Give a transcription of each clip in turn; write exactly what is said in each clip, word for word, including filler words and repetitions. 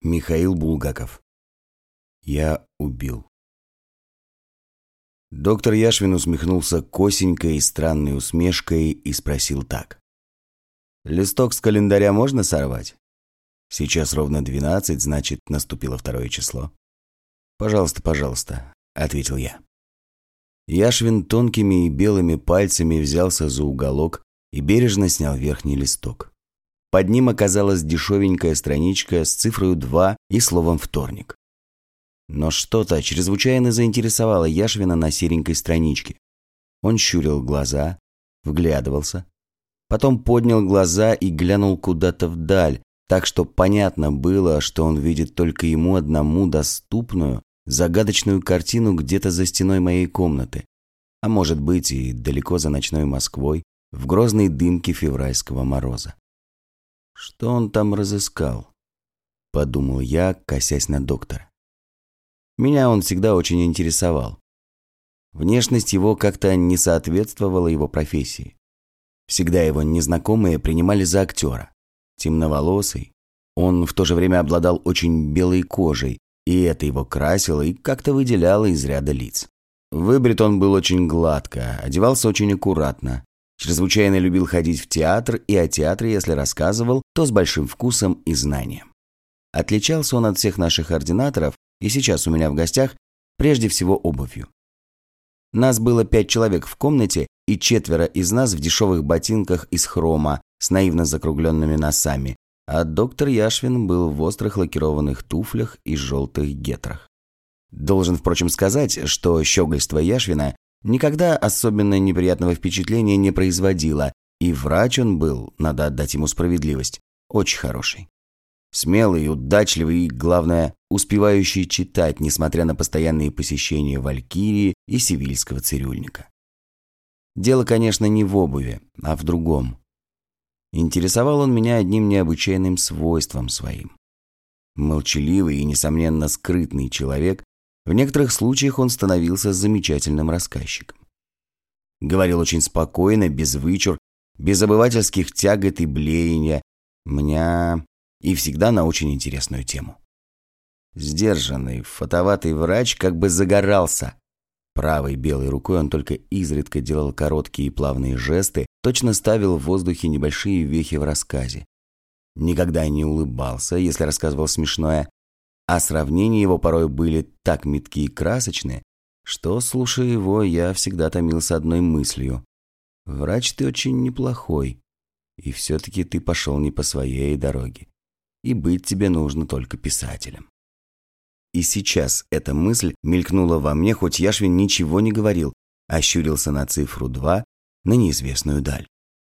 Михаил Булгаков. Я убил. Доктор Яшвин усмехнулся косенькой и странной усмешкой и спросил так. «Листок с календаря можно сорвать? Сейчас ровно двенадцать, значит, наступило второе число». «Пожалуйста, пожалуйста», — ответил я. Яшвин тонкими и белыми пальцами взялся за уголок и бережно снял верхний листок. Под ним оказалась дешевенькая страничка с цифрой два и словом «вторник». Но что-то чрезвычайно заинтересовало Яшвина на серенькой страничке. Он щурил глаза, вглядывался, потом поднял глаза и глянул куда-то вдаль, так что понятно было, что он видит только ему одному доступную, загадочную картину где-то за стеной моей комнаты, а может быть и далеко за ночной Москвой, в грозной дымке февральского мороза. «Что он там разыскал?» – подумал я, косясь на доктора. Меня он всегда очень интересовал. Внешность его как-то не соответствовала его профессии. Всегда его незнакомые принимали за актера. Темноволосый, он в то же время обладал очень белой кожей, и это его красило и как-то выделяло из ряда лиц. Выбрит он был очень гладко, одевался очень аккуратно. Чрезвычайно любил ходить в театр, и о театре, если рассказывал, то с большим вкусом и знанием. Отличался он от всех наших ординаторов, и сейчас у меня в гостях, прежде всего обувью. Нас было пять человек в комнате, и четверо из нас в дешевых ботинках из хрома с наивно закругленными носами, а доктор Яшвин был в острых лакированных туфлях и желтых гетрах. Должен, впрочем, сказать, что щегольство Яшвина никогда особенно неприятного впечатления не производило, и врач он был, надо отдать ему справедливость, очень хороший. Смелый, удачливый и, главное, успевающий читать, несмотря на постоянные посещения Валькирии и Севильского цирюльника. Дело, конечно, не в обуви, а в другом. Интересовал он меня одним необычайным свойством своим. Молчаливый и, несомненно, скрытный человек, в некоторых случаях он становился замечательным рассказчиком. Говорил очень спокойно, без вычур, без обывательских тягот и блеяния, меня и всегда на очень интересную тему. Сдержанный, фотоватый врач как бы загорался. Правой белой рукой он только изредка делал короткие и плавные жесты, точно ставил в воздухе небольшие вехи в рассказе. Никогда не улыбался, если рассказывал смешное, а сравнения его порой были так метки и красочные, что, слушая его, я всегда томился одной мыслью. «Врач ты очень неплохой, и все-таки ты пошел не по своей дороге, и быть тебе нужно только писателем». И сейчас эта мысль мелькнула во мне, хоть Яшвин ничего не говорил, ощурился на цифру два, на неизвестную даль.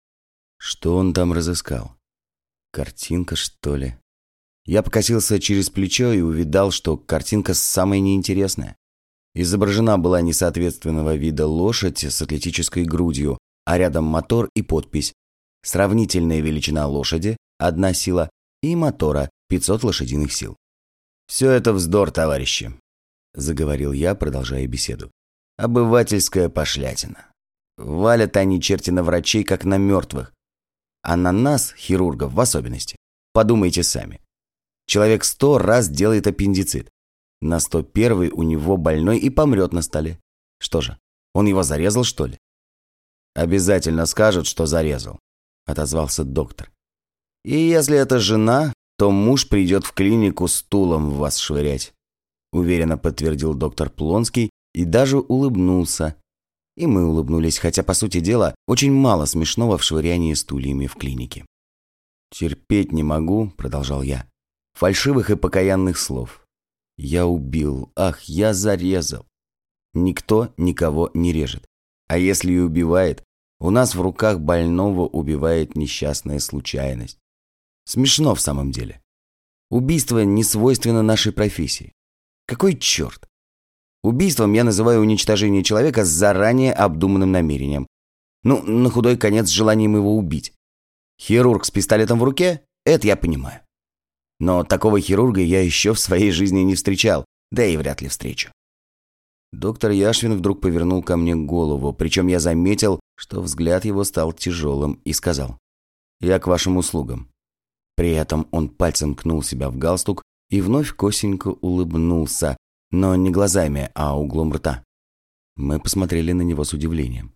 Что он там разыскал? Картинка, что ли? Я покосился через плечо и увидал, что картинка самая неинтересная. Изображена была несоответственного вида лошадь с атлетической грудью, а рядом мотор и подпись: «Сравнительная величина лошади – одна сила, и мотора – пятьсот лошадиных сил». «Все это вздор, товарищи», – заговорил я, продолжая беседу. «Обывательская пошлятина. Валят они, черти, на врачей, как на мертвых. А на нас, хирургов, в особенности. Подумайте сами. Человек сто раз делает аппендицит. На сто первый у него больной и помрет на столе. Что же, он его зарезал, что ли?» «Обязательно скажут, что зарезал», – отозвался доктор. «И если это жена, то муж придет в клинику стулом в вас швырять», – уверенно подтвердил доктор Плонский и даже улыбнулся. И мы улыбнулись, хотя, по сути дела, очень мало смешного в швырянии стульями в клинике. «Терпеть не могу», – продолжал я, – «фальшивых и покаянных слов. Я убил, ах, я зарезал. Никто никого не режет. А если и убивает, у нас в руках больного убивает несчастная случайность. Смешно в самом деле. Убийство не свойственно нашей профессии. Какой черт? Убийством я называю уничтожение человека с заранее обдуманным намерением. Ну, на худой конец, с желанием его убить. Хирург с пистолетом в руке – это я понимаю. Но такого хирурга я еще в своей жизни не встречал, да и вряд ли встречу». Доктор Яшвин вдруг повернул ко мне голову, причем я заметил, что взгляд его стал тяжелым, и сказал: «Я к вашим услугам». При этом он пальцем ткнул себя в галстук И вновь косенько улыбнулся, но не глазами, а углом рта. Мы посмотрели на него с удивлением.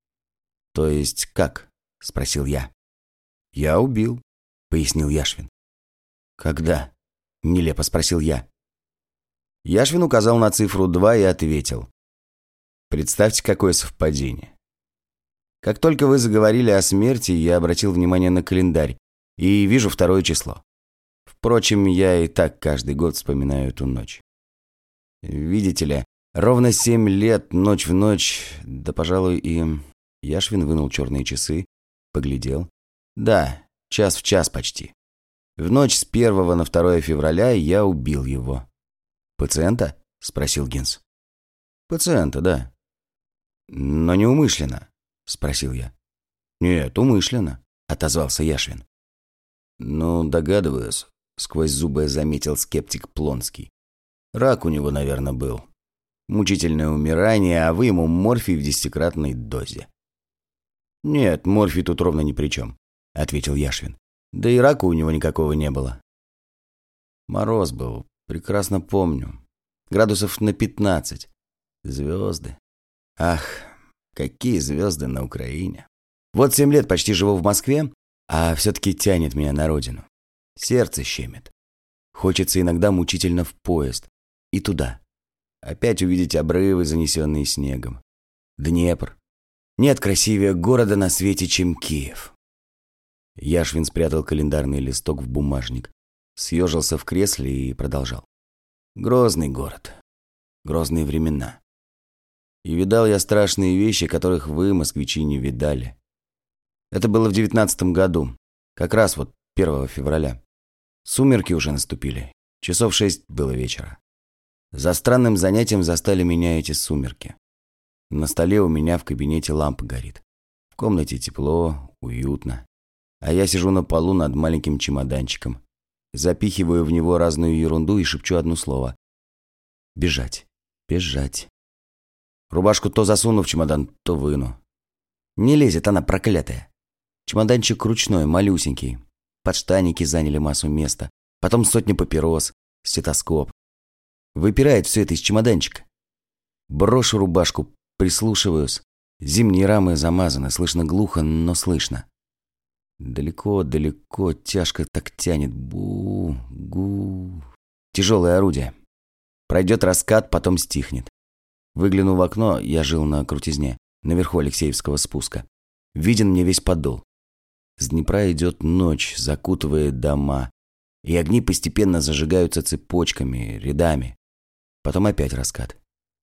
«То есть как?» – спросил я. «Я убил», – пояснил Яшвин. «Когда?» – нелепо спросил я. Яшвин указал на цифру два и ответил. «Представьте, какое совпадение. Как только вы заговорили о смерти, я обратил внимание на календарь и вижу второе число. Впрочем, я и так каждый год вспоминаю эту ночь. Видите ли, ровно семь лет, ночь в ночь, да, пожалуй, и...» Яшвин вынул черные часы, поглядел. «Да, час в час почти. В ночь с первого на второе февраля я убил его». «Пациента?» – спросил Гинс. «Пациента, да». «Но неумышленно?» – спросил я. «Нет, умышленно», – отозвался Яшвин. «Ну, догадываюсь», – сквозь зубы заметил скептик Плонский. «Рак у него, наверное, был. Мучительное умирание, а вы ему морфий в десятикратной дозе». «Нет, морфий тут ровно ни при чем», – ответил Яшвин. «Да и рака у него никакого не было». Мороз был, прекрасно помню. Градусов на пятнадцать. Звезды. Ах, какие звезды на Украине. Вот семь лет почти живу в Москве, а все-таки тянет меня на родину. Сердце щемит. Хочется иногда мучительно в поезд. И туда. Опять увидеть обрывы, занесенные снегом. Днепр. Нет красивее города на свете, чем Киев. Яшвин спрятал календарный листок в бумажник, съежился в кресле и продолжал. Грозный город. Грозные времена. И видал я страшные вещи, которых вы, москвичи, не видали. Это было в девятнадцатом году, как раз вот первого февраля. Сумерки уже наступили, часов шесть было вечера. За странным занятием застали меня эти сумерки. На столе у меня в кабинете лампа горит. В комнате тепло, уютно. А я сижу на полу над маленьким чемоданчиком. Запихиваю в него разную ерунду и шепчу одно слово. Бежать, бежать. Рубашку то засуну в чемодан, то выну. Не лезет она, проклятая. Чемоданчик ручной, малюсенький. Подштанники заняли массу места. Потом сотня папирос, стетоскоп. Выпирает все это из чемоданчика. Брошу рубашку, прислушиваюсь. Зимние рамы замазаны, слышно глухо, но слышно. Далеко, далеко, тяжко так тянет. Бу-гу. Тяжелое орудие. Пройдет раскат, потом стихнет. Выгляну в окно, я жил на крутизне, наверху Алексеевского спуска. Виден мне весь подол. С Днепра идет ночь, закутывает дома. И огни постепенно зажигаются цепочками, рядами. Потом опять раскат.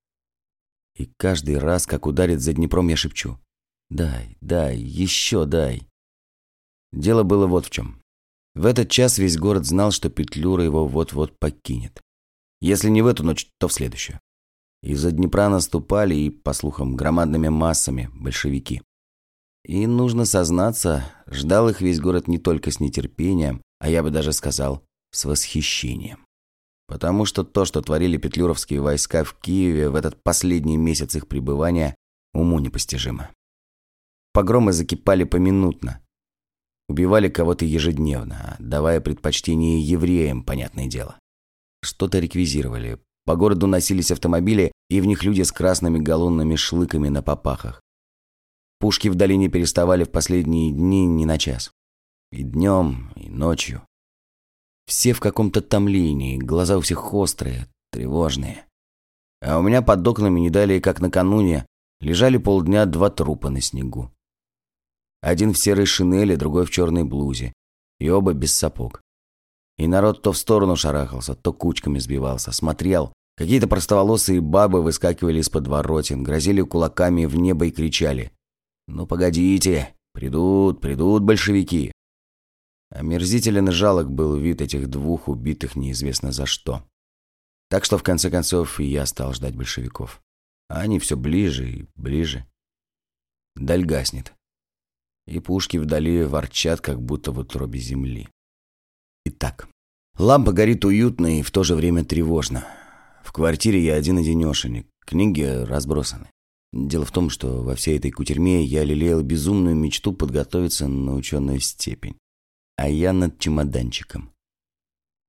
И каждый раз, как ударит за Днепром, я шепчу. Дай, дай, еще дай. Дело было вот в чем. В этот час весь город знал, что Петлюра его вот-вот покинет. Если не в эту ночь, то в следующую. Из-за Днепра наступали и, по слухам, громадными массами большевики. И, нужно сознаться, ждал их весь город не только с нетерпением, а я бы даже сказал, с восхищением. Потому что то, что творили петлюровские войска в Киеве в этот последний месяц их пребывания, уму непостижимо. Погромы закипали поминутно. Убивали кого-то ежедневно, давая предпочтение евреям, понятное дело. Что-то реквизировали. По городу носились автомобили, и в них люди с красными галлонными шлыками на попахах. Пушки вдали не переставали в последние дни ни на час. И днем, и ночью. Все в каком-то томлении, глаза у всех острые, тревожные. А у меня под окнами не далее, как накануне, лежали полдня два трупа на снегу. Один в серой шинели, другой в черной блузе. И оба без сапог. И народ то в сторону шарахался, то кучками сбивался, смотрел. Какие-то простоволосые бабы выскакивали из подворотен, грозили кулаками в небо и кричали: «Ну погодите, придут, придут большевики». Омерзителен и жалок был вид этих двух убитых неизвестно за что. Так что в конце концов и я стал ждать большевиков. А они все ближе и ближе. Даль гаснет. И пушки вдали ворчат, как будто в утробе земли. Итак, лампа горит уютно и в то же время тревожно. В квартире я один-одинешенек, книги разбросаны. Дело в том, что во всей этой кутерьме я лелеял безумную мечту подготовиться на ученую степень. А я над чемоданчиком.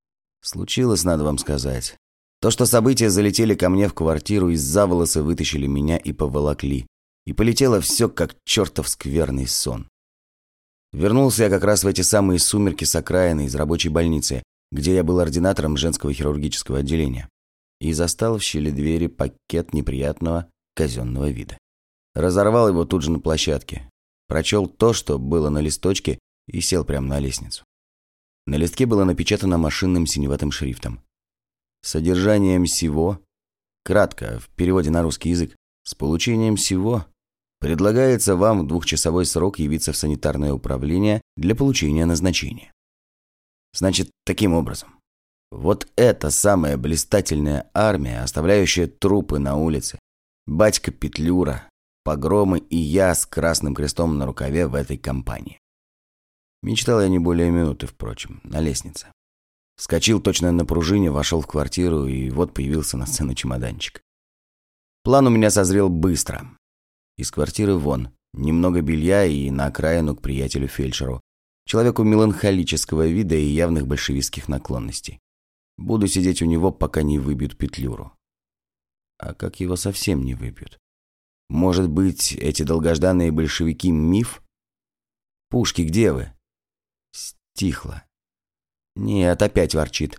Случилось, надо вам сказать. То, что события залетели ко мне в квартиру, из-за волоса вытащили меня и поволокли. И полетело все, как чертов скверный сон. Вернулся я как раз в эти самые сумерки с окраины из рабочей больницы, где я был ординатором женского хирургического отделения. И застал в щели двери пакет неприятного казенного вида. Разорвал его тут же на площадке. Прочел то, что было на листочке, и сел прямо на лестницу. На листке было напечатано машинным синеватым шрифтом. Содержанием сего, кратко, в переводе на русский язык, с получением сего предлагается вам в двухчасовой срок явиться в санитарное управление для получения назначения. Значит, таким образом, вот эта самая блистательная армия, оставляющая трупы на улице, батька Петлюра, погромы и я с красным крестом на рукаве в этой компании. Мечтал я не более минуты, впрочем, на лестнице. Вскочил точно на пружине, вошел в квартиру, и вот появился на сцену чемоданчик. План у меня созрел быстро. Из квартиры вон, немного белья и на окраину к приятелю-фельдшеру, человеку меланхолического вида и явных большевистских наклонностей. Буду сидеть у него, пока не выбьют Петлюру. А как его совсем не выбьют? Может быть, эти долгожданные большевики — миф? Пушки, где вы? Стихло. Нет, опять ворчит.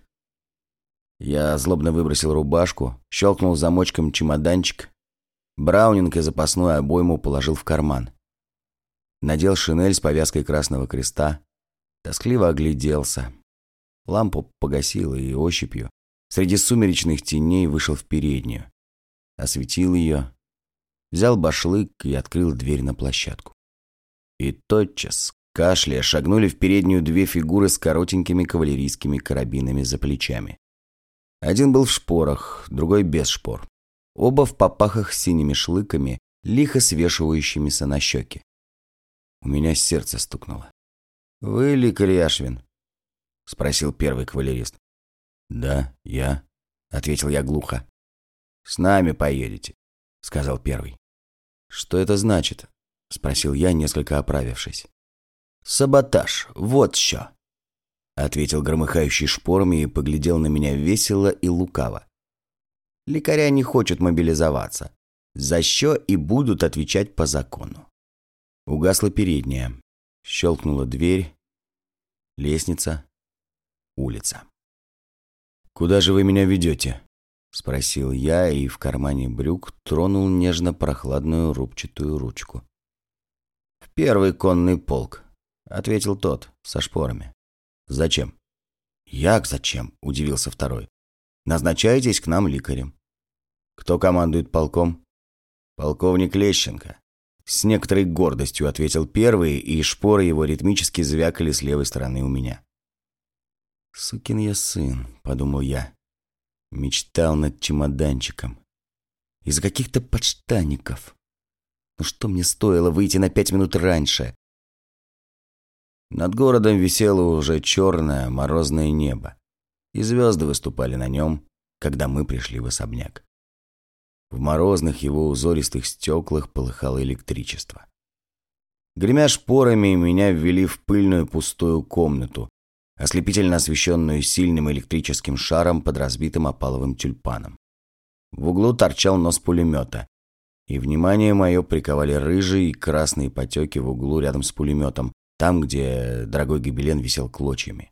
Я злобно выбросил рубашку, щелкнул замочком чемоданчик, браунинг и запасную обойму положил в карман. Надел шинель с повязкой красного креста, тоскливо огляделся. Лампу погасил и ощупью среди сумеречных теней вышел в переднюю. Осветил ее, взял башлык и открыл дверь на площадку. И тотчас, кашляя, шагнули в переднюю две фигуры с коротенькими кавалерийскими карабинами за плечами. Один был в шпорах, другой без шпор. Оба в попахах с синими шлыками, лихо свешивающимися на щеки. У меня сердце стукнуло. «Вы лекарь Яшвин?» — спросил первый кавалерист. «Да, я», — ответил я глухо. «С нами поедете», — сказал первый. «Что это значит?» — спросил я, несколько оправившись. «Саботаж, вот что», — ответил громыхающий шпорами и поглядел на меня весело и лукаво. «Лекаря не хочет мобилизоваться, за что и будут отвечать по закону». Угасла передняя, щелкнула дверь, лестница, улица. «Куда же вы меня ведете?» — спросил я, и в кармане брюк тронул нежно-прохладную рубчатую ручку. «В первый конный полк», — ответил тот со шпорами. «Зачем?» «Як зачем?» — удивился второй. «Назначаетесь к нам лекарем». «Кто командует полком?» «Полковник Лещенко». С некоторой гордостью ответил первый, и шпоры его ритмически звякали с левой стороны у меня. «Сукин я сын», — подумал я. Мечтал над чемоданчиком. Из-за каких-то подштанников. Ну что мне стоило выйти на пять минут раньше? Над городом висело уже черное морозное небо, и звезды выступали на нем, когда мы пришли в особняк. В морозных его узористых стеклах полыхало электричество. Гремя шпорами, меня ввели в пыльную пустую комнату, ослепительно освещенную сильным электрическим шаром под разбитым опаловым тюльпаном. В углу торчал нос пулемета, и внимание мое приковали рыжие и красные потеки в углу рядом с пулеметом, там, где дорогой гобелен висел клочьями.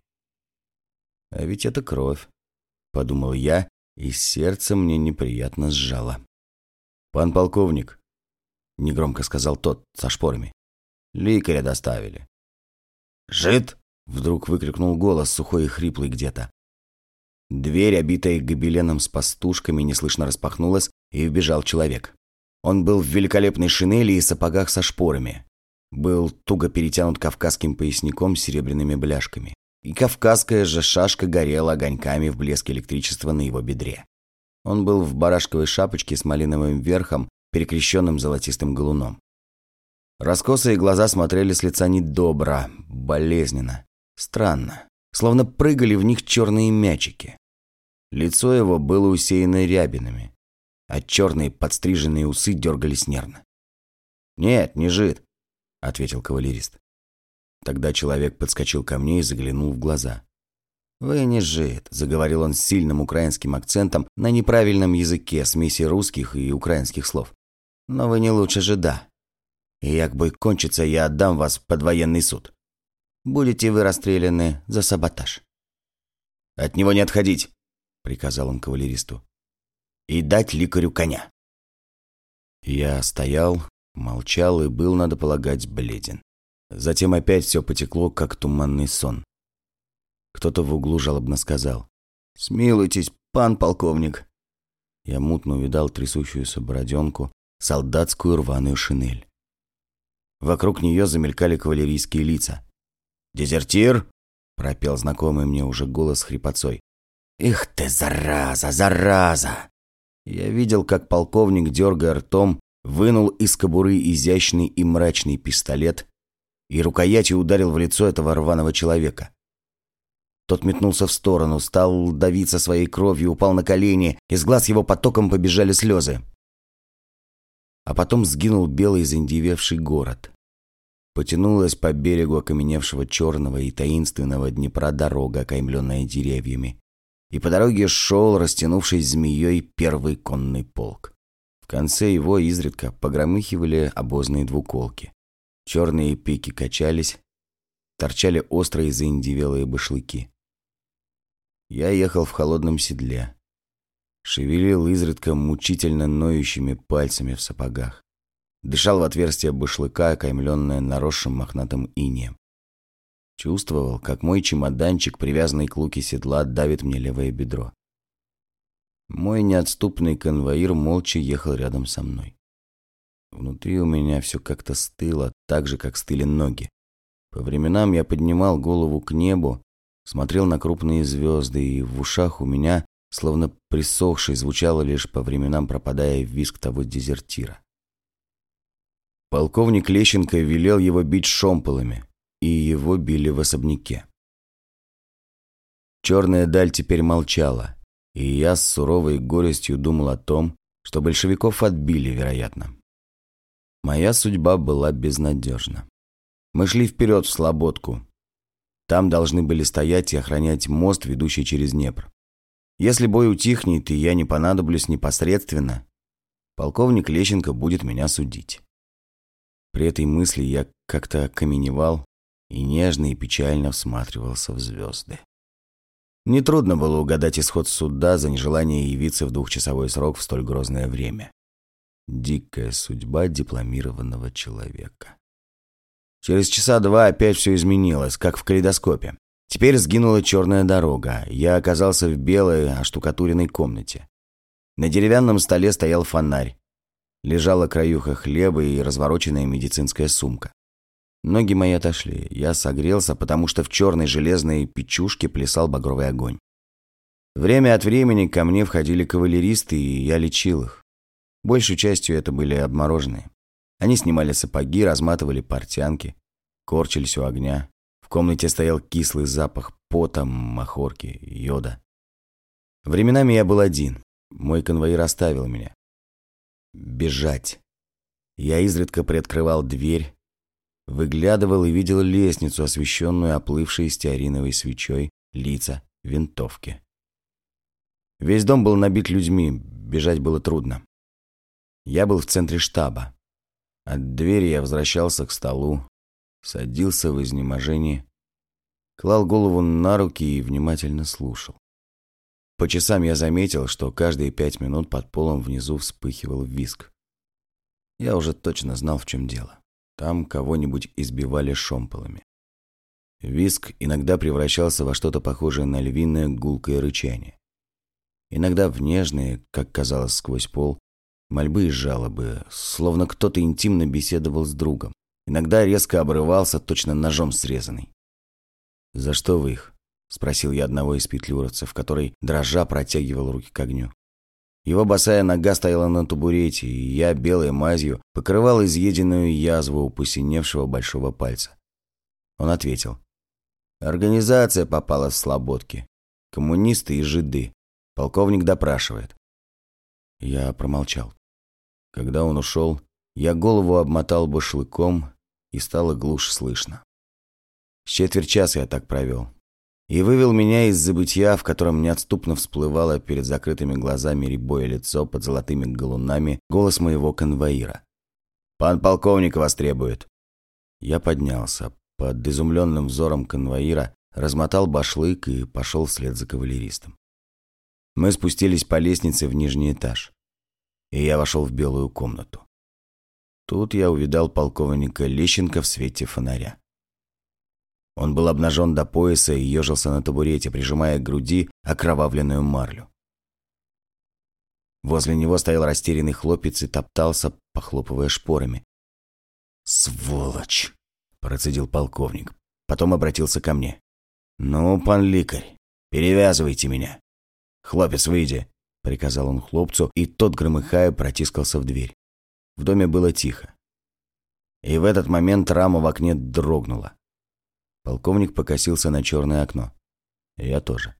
«А ведь это кровь», — подумал я, и сердце мне неприятно сжало. «Пан полковник», — негромко сказал тот со шпорами, — «лекаря доставили». «Жид!» — вдруг выкрикнул голос, сухой и хриплый где-то. Дверь, обитая гобеленом с пастушками, неслышно распахнулась, и вбежал человек. Он был в великолепной шинели и сапогах со шпорами. Был туго перетянут кавказским поясником с серебряными бляшками. И кавказская же шашка горела огоньками в блеске электричества на его бедре. Он был в барашковой шапочке с малиновым верхом, перекрещенным золотистым галуном. Раскосые глаза смотрели с лица недобро, болезненно, странно, словно прыгали в них черные мячики. Лицо его было усеяно рябинами, а черные подстриженные усы дергались нервно. «Нет, не жид», — ответил кавалерист. Тогда человек подскочил ко мне и заглянул в глаза. «Вы не жид», – заговорил он с сильным украинским акцентом на неправильном языке смеси русских и украинских слов. «Но вы не лучше жида. И як бой кончится, я отдам вас под военный суд. Будете вы расстреляны за саботаж». «От него не отходить», – приказал он кавалеристу. «И дать ликарю коня». Я стоял, молчал и был, надо полагать, бледен. Затем опять все потекло, как туманный сон. Кто-то в углу жалобно сказал: «Смилуйтесь, пан полковник». Я мутно увидал трясущуюся бороденку, солдатскую рваную шинель. Вокруг нее замелькали кавалерийские лица. «Дезертир!» – пропел знакомый мне уже голос хрипотцой. «Их ты, зараза, зараза!» Я видел, как полковник, дергая ртом, вынул из кобуры изящный и мрачный пистолет и рукоятью ударил в лицо этого рваного человека. Тот метнулся в сторону, стал давиться своей кровью, упал на колени, из глаз его потоком побежали слезы. А потом сгинул белый заиндевевший город. Потянулась по берегу окаменевшего черного и таинственного Днепра дорога, окаймленная деревьями. И по дороге шел, растянувшись змеей, первый конный полк. В конце его изредка погромыхивали обозные двуколки. Черные пики качались, торчали острые заиндевелые башлыки. Я ехал в холодном седле. Шевелил изредка мучительно ноющими пальцами в сапогах. Дышал в отверстие башлыка, окаймленное наросшим мохнатым инеем. Чувствовал, как мой чемоданчик, привязанный к луке седла, давит мне левое бедро. Мой неотступный конвоир молча ехал рядом со мной. Внутри у меня все как-то стыло, так же, как стыли ноги. По временам я поднимал голову к небу, смотрел на крупные звезды, и в ушах у меня, словно присохший, звучало лишь по временам, пропадая визг того дезертира. Полковник Лещенко велел его бить шомполами, и его били в особняке. Черная даль теперь молчала, и я с суровой горестью думал о том, что большевиков отбили, вероятно. Моя судьба была безнадежна. Мы шли вперед в Слободку. Там должны были стоять и охранять мост, ведущий через Днепр. Если бой утихнет, и я не понадоблюсь непосредственно, полковник Лещенко будет меня судить. При этой мысли я как-то окаменевал и нежно и печально всматривался в звезды. Нетрудно было угадать исход суда за нежелание явиться в двухчасовой срок в столь грозное время. Дикая судьба дипломированного человека. Через часа два опять все изменилось, как в калейдоскопе. Теперь сгинула черная дорога. Я оказался в белой оштукатуренной комнате. На деревянном столе стоял фонарь. Лежала краюха хлеба и развороченная медицинская сумка. Ноги мои отошли. Я согрелся, потому что в черной железной печушке плясал багровый огонь. Время от времени ко мне входили кавалеристы, и я лечил их. Большей частью это были обмороженные. Они снимали сапоги, разматывали портянки, корчились у огня. В комнате стоял кислый запах пота, махорки, йода. Временами я был один. Мой конвоир оставил меня. Бежать. Я изредка приоткрывал дверь, выглядывал и видел лестницу, освещенную оплывшей стеариновой свечой, лица, винтовки. Весь дом был набит людьми, бежать было трудно. Я был в центре штаба. От двери я возвращался к столу, садился в изнеможении, клал голову на руки и внимательно слушал. По часам я заметил, что каждые пять минут под полом внизу вспыхивал визг. Я уже точно знал, в чем дело. Там кого-нибудь избивали шомполами. Визг иногда превращался во что-то похожее на львиное гулкое рычание. Иногда в нежные, как казалось сквозь пол, мольбы и жалобы, словно кто-то интимно беседовал с другом. Иногда резко обрывался, точно ножом срезанный. «За что вы их?» – спросил я одного из петлюровцев, который, дрожа, протягивал руки к огню. Его босая нога стояла на табурете, и я белой мазью покрывал изъеденную язву у посиневшего большого пальца. Он ответил: «Организация попала в Слободки. Коммунисты и жиды. Полковник допрашивает». Я промолчал. Когда он ушел, я голову обмотал башлыком, и стало глушь слышно. С четверть часа я так провел. и вывел меня из забытья, в котором неотступно всплывало перед закрытыми глазами рябое лицо под золотыми галунами голос моего конвоира. «Пан полковник вас требует». Я поднялся. Под изумленным взором конвоира размотал башлык и пошел вслед за кавалеристом. Мы спустились по лестнице в нижний этаж, и я вошел в белую комнату. Тут я увидал полковника Лещенко в свете фонаря. Он был обнажен до пояса и ежился на табурете, прижимая к груди окровавленную марлю. Возле него стоял растерянный хлопец и топтался, похлопывая шпорами. «Сволочь!» – процедил полковник. Потом обратился ко мне. «Ну, пан лекарь, перевязывайте меня». «Хлопец, выйди», – приказал он хлопцу, и тот, громыхая, протискался в дверь. В доме было тихо. И в этот момент рама в окне дрогнула. Полковник покосился на черное окно. Я тоже.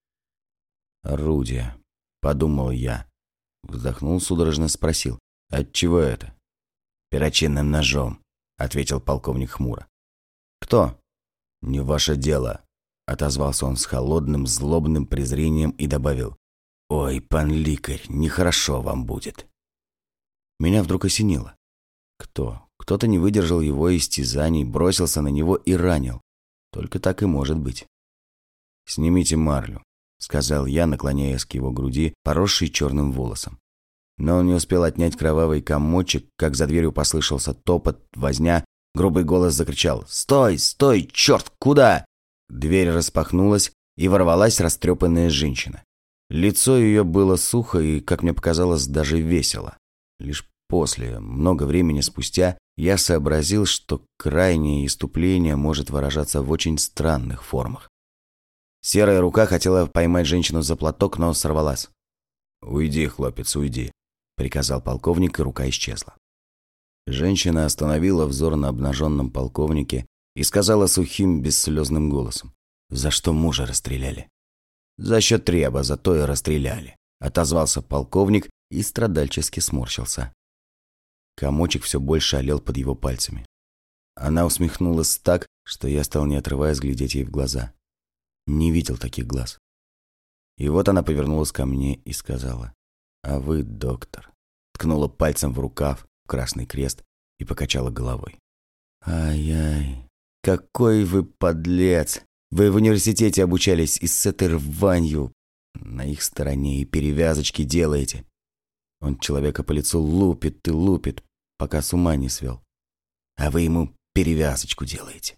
«Орудие», – подумал я. Вздохнул судорожно, спросил. «Отчего это?» «Перочинным ножом», – ответил полковник хмуро. «Кто?» «Не ваше дело», – отозвался он с холодным, злобным презрением и добавил. «Ой, пан лекарь, нехорошо вам будет». Меня вдруг осенило. Кто? Кто-то не выдержал его истязаний, бросился на него и ранил. Только так и может быть. «Снимите марлю», — сказал я, наклоняясь к его груди, поросшей черным волосом. Но он не успел отнять кровавый комочек, как за дверью послышался топот, возня. Грубый голос закричал: «Стой, стой, черт, куда?» Дверь распахнулась, и ворвалась растрепанная женщина. Лицо ее было сухо и, как мне показалось, даже весело. Лишь после, много времени спустя, я сообразил, что крайнее исступление может выражаться в очень странных формах. Серая рука хотела поймать женщину за платок, но сорвалась. «Уйди, хлопец, уйди», — приказал полковник, и рука исчезла. Женщина остановила взор на обнаженном полковнике и сказала сухим, бесслезным голосом: «За что мужа расстреляли?» «За счет треба, зато и расстреляли», — отозвался полковник и страдальчески сморщился. Комочек все больше олел под его пальцами. Она усмехнулась так, что я стал, не отрываясь, глядеть ей в глаза. Не видел таких глаз. И вот она повернулась ко мне и сказала: «А вы, доктор», ткнула пальцем в рукав, в красный крест, и покачала головой. «Ай-яй, какой вы подлец! Вы в университете обучались и с этой рванью на их стороне и перевязочки делаете. Он человека по лицу лупит и лупит, пока с ума не свел. А вы ему перевязочку делаете».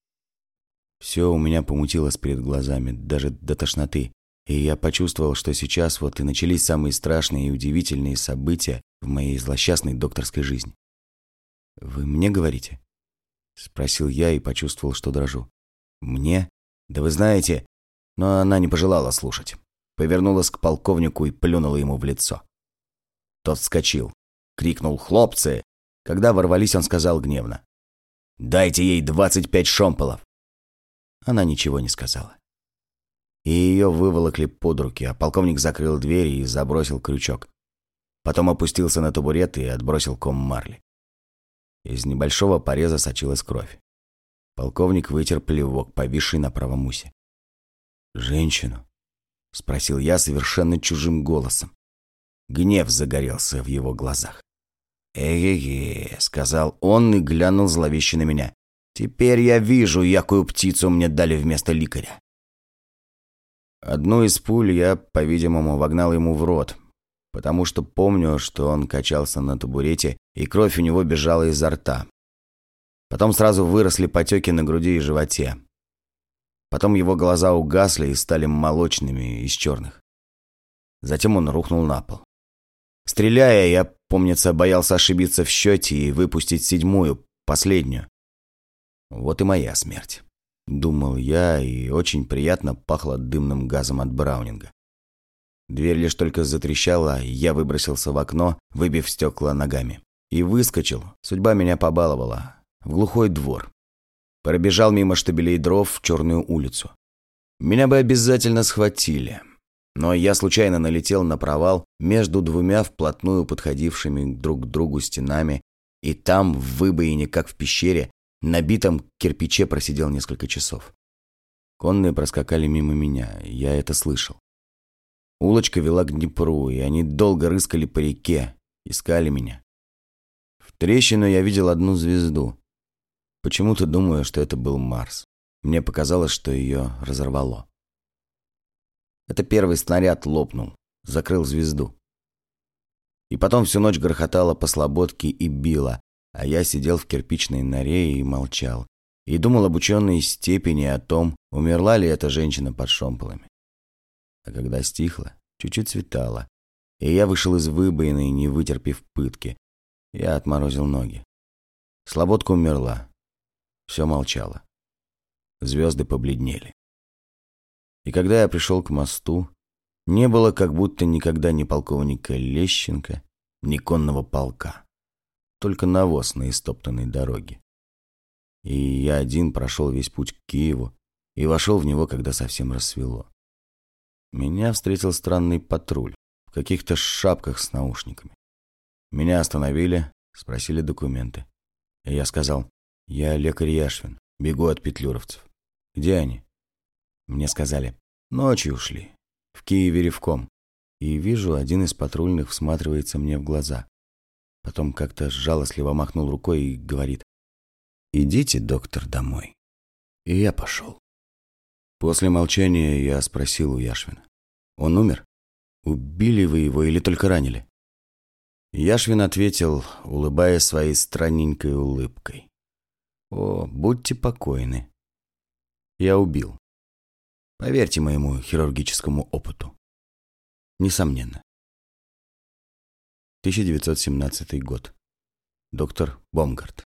Все у меня помутилось перед глазами, даже до тошноты, и я почувствовал, что сейчас вот и начались самые страшные и удивительные события в моей злосчастной докторской жизни. «Вы мне говорите?» — спросил я и почувствовал, что дрожу. «Мне? Да вы знаете...» Но она не пожелала слушать. Повернулась к полковнику и плюнула ему в лицо. Тот вскочил, крикнул: «Хлопцы!» Когда ворвались, он сказал гневно: «Дайте ей двадцать пять шомполов!» Она ничего не сказала. И ее выволокли под руки, а полковник закрыл дверь и забросил крючок. Потом опустился на табурет и отбросил ком марли. Из небольшого пореза сочилась кровь. Полковник вытер плевок, повисший на правом усе. «Женщину?» — спросил я совершенно чужим голосом. Гнев загорелся в его глазах. «Э-э-э», — сказал он и глянул зловеще на меня. «Теперь я вижу, якую птицу мне дали вместо лекаря». Одну из пуль я, по-видимому, вогнал ему в рот, потому что помню, что он качался на табурете, и кровь у него бежала изо рта. Потом сразу выросли потеки на груди и животе. Потом его глаза угасли и стали молочными, из черных. Затем он рухнул на пол. Стреляя, я, помнится, боялся ошибиться в счете и выпустить седьмую, последнюю. Вот и моя смерть, думал я, и очень приятно пахло дымным газом от браунинга. Дверь лишь только затрещала, и я выбросился в окно, выбив стекла ногами. И выскочил, судьба меня побаловала, в глухой двор. Пробежал мимо штабелей дров в черную улицу. Меня бы обязательно схватили. Но я случайно налетел на провал между двумя вплотную подходившими друг к другу стенами, и там, в выбоине, как в пещере, на битом кирпиче просидел несколько часов. Конные проскакали мимо меня, и я это слышал. Улочка вела к Днепру, и они долго рыскали по реке, искали меня. В трещину я видел одну звезду. Почему-то думаю, что это был Марс. Мне показалось, что ее разорвало. Это первый снаряд лопнул, закрыл звезду. И потом всю ночь грохотало по слободке и било, а я сидел в кирпичной норе и молчал. И думал об ученой степени, о том, умерла ли эта женщина под шомполами. А когда стихло, чуть-чуть светало, и я вышел из выбоины, не вытерпев пытки. Я отморозил ноги. Слободка умерла. Все молчало. Звезды побледнели. И когда я пришел к мосту, не было как будто никогда ни полковника Лещенко, ни конного полка. Только навоз на истоптанной дороге. И я один прошел весь путь к Киеву и вошел в него, когда совсем рассвело. Меня встретил странный патруль в каких-то шапках с наушниками. Меня остановили, спросили документы. И я сказал: я лекарь Яшвин, бегу от петлюровцев. Где они? Мне сказали: ночью ушли, в Киеве ревком. И вижу, один из патрульных всматривается мне в глаза. Потом как-то жалостливо махнул рукой и говорит: идите, доктор, домой. И я пошел. После молчания я спросил у Яшвина: он умер? Убили вы его или только ранили? Яшвин ответил, улыбаясь своей странненькой улыбкой: о, будьте покойны. Я убил. Поверьте моему хирургическому опыту. Несомненно. тысяча девятьсот семнадцатый год. Доктор Бомгарт.